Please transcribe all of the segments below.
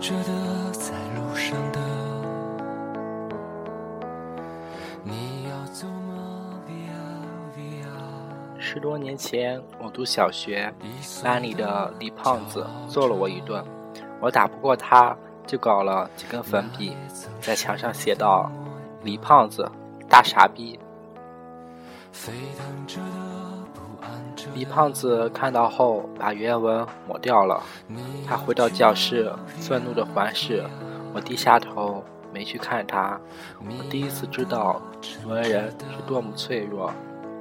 着的，在路上的，你要走吗 ？10多年前，我读小学，班里的李胖子揍了我一顿，我打不过他，就搞了几根粉笔，在墙上写道：“李胖子，大傻逼。”李胖子看到后，把原文抹掉了。他回到教室，愤怒地环视。我低下头，没去看他。我第一次知道文人是多么脆弱。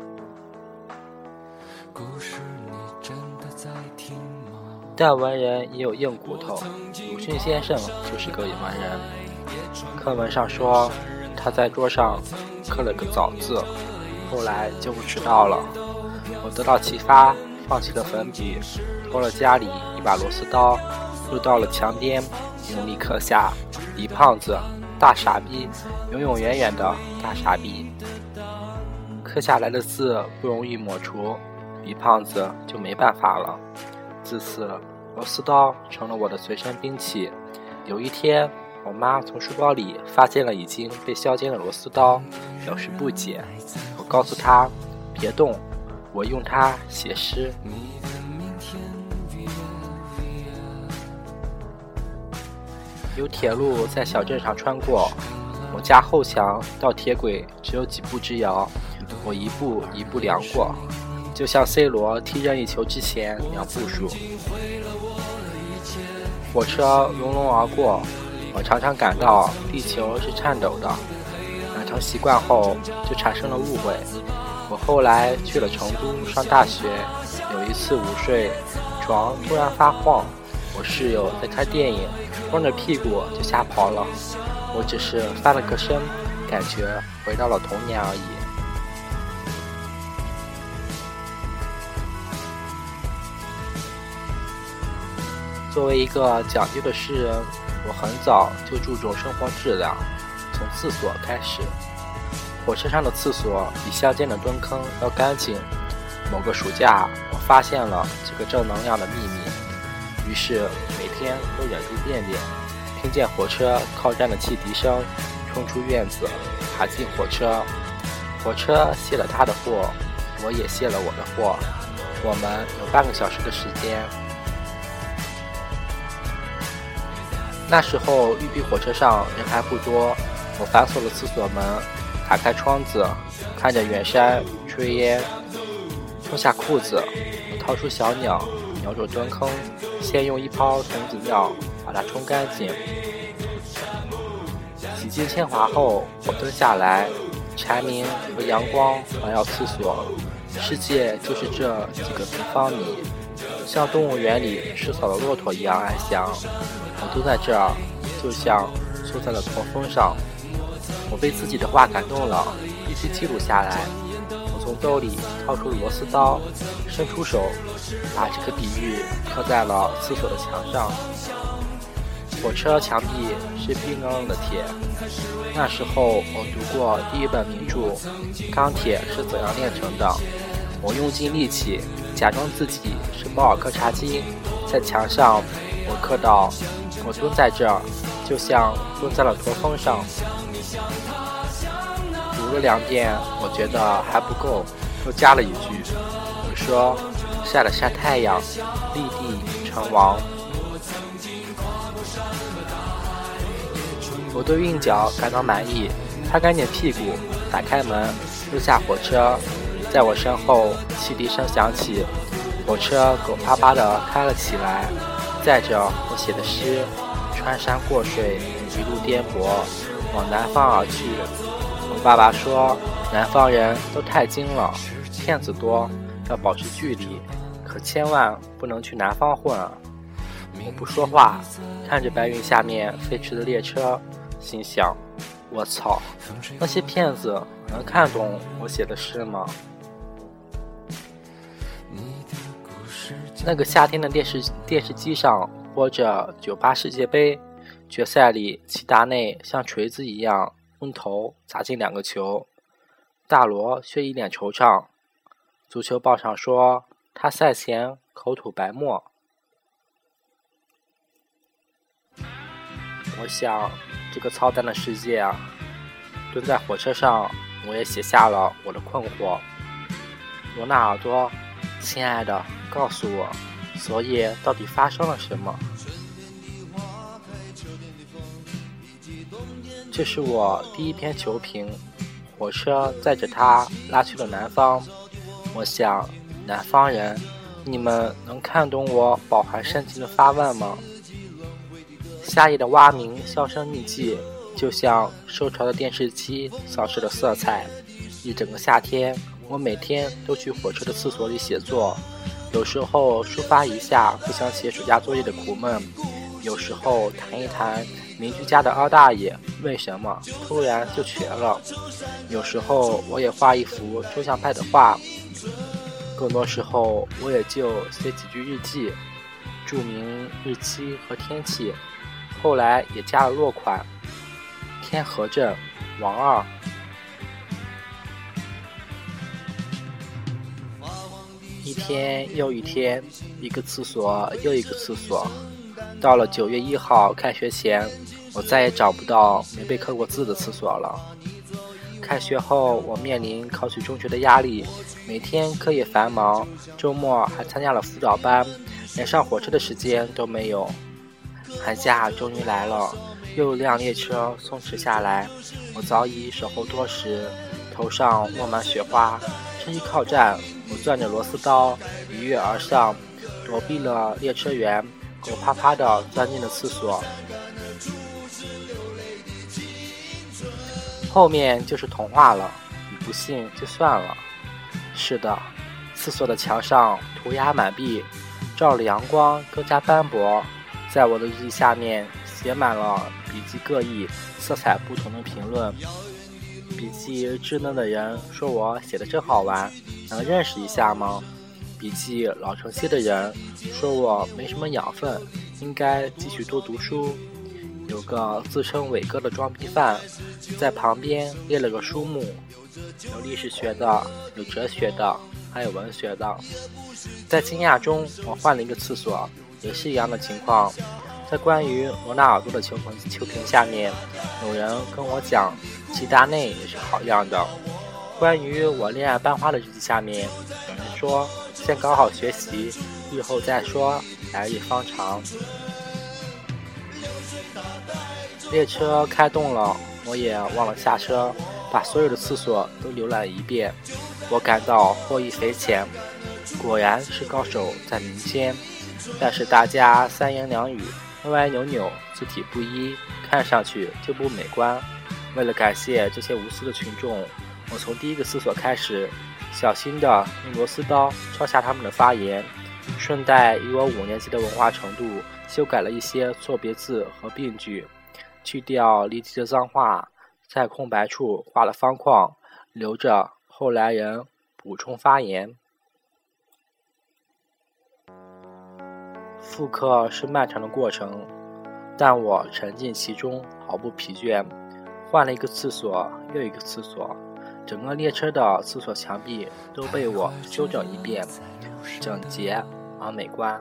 但文人也有硬骨头，鲁迅先生就是个文人。课文上说他在桌上刻了个早字，后来就不知道了。我得到启发，放弃了粉笔，偷了家里一把螺丝刀，又到了墙边，用力刻下李胖子，大傻逼，永永远远的大傻逼。刻下来的字不容易抹除，李胖子就没办法了。自此，螺丝刀成了我的随身兵器。有一天，我妈从书包里发现了已经被削尖的螺丝刀，表示不解。我告诉她别动，我用它写诗。有铁路在小镇上穿过，我家后墙到铁轨只有几步之遥，我一步一步量过，就像 C 罗踢任意球之前量步数。火车隆隆而过，我常常感到地球是颤抖的，养成习惯后就产生了误会。我后来去了成都上大学，有一次午睡，床突然发晃，我室友在看电影，光着屁股就吓跑了。我只是翻了个身，感觉回到了童年而已。作为一个讲究的诗人，我很早就注重生活质量，从厕所开始。火车上的厕所比乡间的蹲坑要干净。某个暑假，我发现了这个正能量的秘密，于是每天都忍住便便，听见火车靠站的汽笛声，冲出院子，爬进火车。火车卸了他的货，我也卸了我的货。我们有半个小时的时间。那时候绿皮火车上人还不多，我反锁了厕所门，打开窗子，看着远山炊烟，脱下裤子，掏出小鸟，瞄准蹲坑，先用一泡童子尿把它冲干净。洗净铅华后，我蹲下来，蝉鸣和阳光环绕厕所，世界就是这几个平方米，像动物园里吃草的骆驼一样安详。我都在这儿，就像坐在了驼峰上。我被自己的话感动了，必须记录下来。我从兜里掏出螺丝刀，伸出手，把这个比喻刻在了厕所的墙上。火车墙壁是冰冷冷的铁。那时候我读过第一本名著《钢铁是怎样炼成的》。我用尽力气，假装自己是保尔柯察金，在墙上我刻到我蹲在这儿，就像蹲在了驼峰上。读了2遍，我觉得还不够，又加了一句，我说晒了晒太阳，立地成王。我对韵脚感到满意，擦干净屁股，打开门，溜下火车。在我身后，汽笛声响起，火车狗巴巴地开了起来。载着我写的诗，穿山过水，一路颠簸，往南方而去。我爸爸说，南方人都太精了，骗子多，要保持距离，可千万不能去南方混啊。我不说话，看着白云下面飞驰的列车，心想，我操，那些骗子能看懂我写的诗吗？那个夏天的电视机上播着98世界杯决赛里，齐达内像锤子一样用头砸进2个球，大罗却一脸惆怅。足球报上说他赛前口吐白沫。 我想这个操蛋的世界啊，蹲在火车上，我也写下了我的困惑。罗纳尔多，亲爱的，告诉我，昨夜到底发生了什么？这是我第一篇球评，火车载着他拉去了南方。我想，南方人，你们能看懂我饱含深情的发问吗？夏夜的蛙鸣销声匿迹，就像受潮的电视机丧失了色彩。一整个夏天，我每天都去火车的厕所里写作，有时候抒发一下不想写暑假作业的苦闷，有时候谈一谈邻居家的二大爷为什么突然就瘸了，有时候我也画一幅抽象派的画，更多时候我也就写几句日记，注明日期和天气，后来也加了落款：天河镇王二。一天又一天，一个厕所又一个厕所。到了9月1号开学前，我再也找不到没被刻过字的厕所了。开学后，我面临考取中学的压力，每天课业繁忙，周末还参加了辅导班，连上火车的时间都没有。寒假终于来了，又一辆列车松驰下来，我早已守候多时，头上落满雪花。车一靠站，我攥着螺丝刀一跃而上，躲避了列车员，狗啪啪地钻进了厕所。后面就是童话了，你不信就算了。是的，厕所的墙上涂鸦满壁，照着阳光更加斑驳。在我的日记下面写满了笔记各异、色彩不同的评论。笔记稚嫩的人说我写得真好玩，能认识一下吗？笔记老成些的人说我没什么养分，应该继续多读书。有个自称伟哥的装逼犯在旁边列了个书目，有历史学的，有哲学的，还有文学的。在惊讶中，我换了一个厕所，也是一样的情况。在关于罗纳尔多的球评下面，有人跟我讲齐达内也是好样的。关于我恋爱班花的日记下面，有人说先搞好学习，日后再说，来日方长。列车开动了，我也忘了下车，把所有的厕所都浏览一遍。我感到获益匪浅，果然是高手在民间。但是大家三言两语，歪歪扭扭，字体不一，看上去就不美观。为了感谢这些无私的群众，我从第一个厕所开始，小心地用螺丝刀抄下他们的发言，顺带以我5年级的文化程度修改了一些错别字和病句，去掉离题的脏话，在空白处画了方框，留着后来人补充发言。复刻是漫长的过程，但我沉浸其中，毫不疲倦。换了一个厕所又一个厕所，整个列车的厕所墙壁都被我修整一遍，整洁而美观。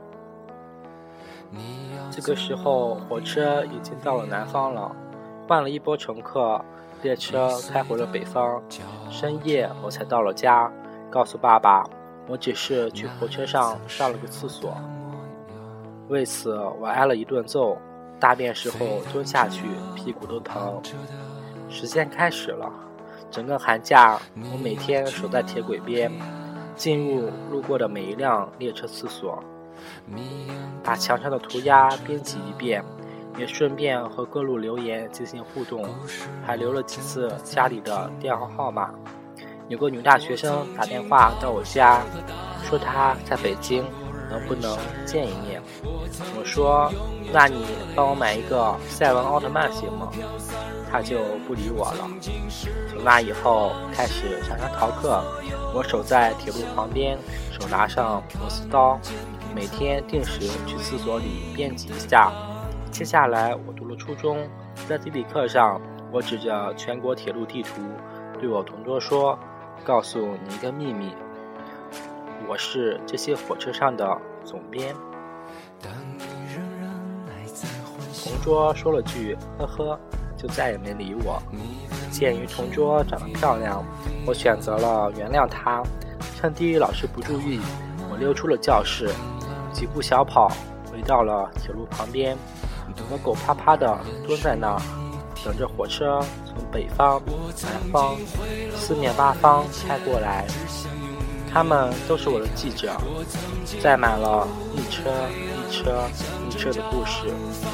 这个时候火车已经到了南方了，换了一波乘客，列车开回了北方。深夜我才到了家，告诉爸爸我只是去火车上上了个厕所。为此我挨了一顿揍，大便时候蹲下去屁股都疼。时间开始了，整个寒假我每天守在铁轨边，进入路过的每一辆列车厕所，把墙上的涂鸦编辑一遍，也顺便和各路留言进行互动，还留了几次家里的电话号码。有个女大学生打电话到我家，说她在北京，能不能见一面。我说那你帮我买一个赛文奥特曼行吗？他就不理我了。从那以后开始常常逃课，我守在铁路旁边，手拿上螺丝刀，每天定时去厕所里编辑一下。接下来我读了初中，在地理课上，我指着全国铁路地图对我同桌说，告诉你一个秘密，我是这些火车上的总编。 当你仍然还在幻想同桌说了句呵呵，就再也没理我。鉴于同桌长得漂亮，我选择了原谅她。趁地理老师不注意，我溜出了教室，几步小跑回到了铁路旁边。我狗趴趴地蹲在那儿，等着火车从北方、南方、四面八方开过来。他们都是我的记者，载满了一车一车一车的故事。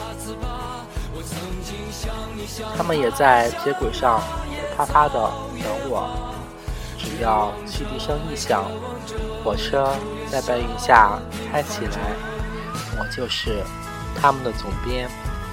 他们也在铁轨上啪啪地等我，只要汽笛声一响，火车在白云下开起来，我就是他们的总编。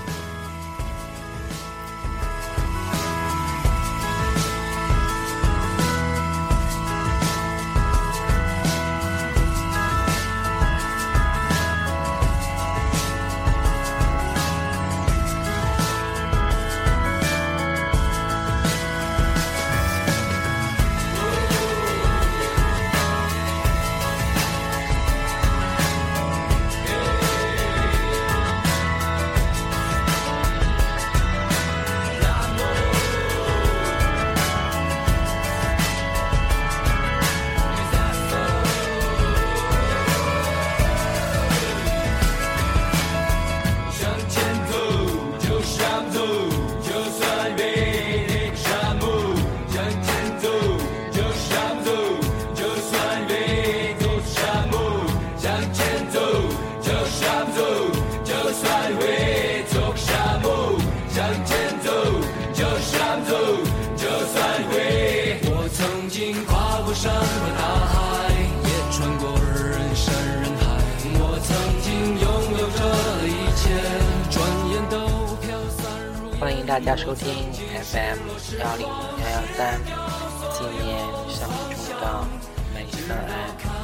山和大海，也穿过人山人海。我曾经拥有着一切，转眼都飘散如烟。 欢迎大家收听 FM 10113，纪念生命中的每一份爱。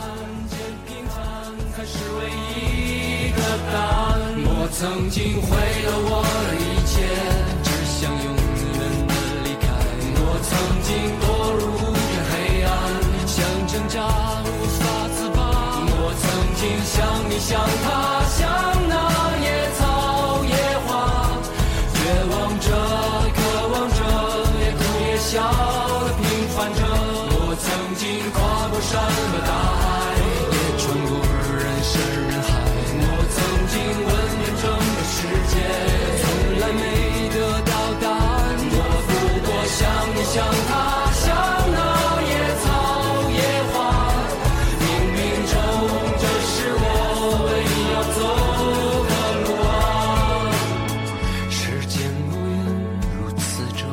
我曾经毁了我的一切，只想永远的离开。我曾经堕入黑暗，想挣扎无法自拔。我曾经像你像他，像那野草野花，绝望着渴望着，也哭也笑的平凡着。我曾经跨过山和大海，也穿过人山人海。我曾经问遍整个世界，从来没得到答案。我不过像你像他，像那野草野花，冥冥中这是我唯一要走的路啊。时间无言如此这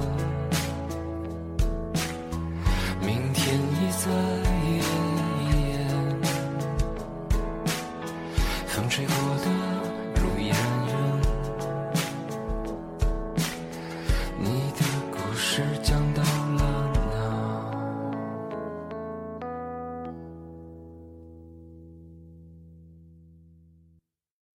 般，明天已在眼前，风吹过的如烟云，你的故事将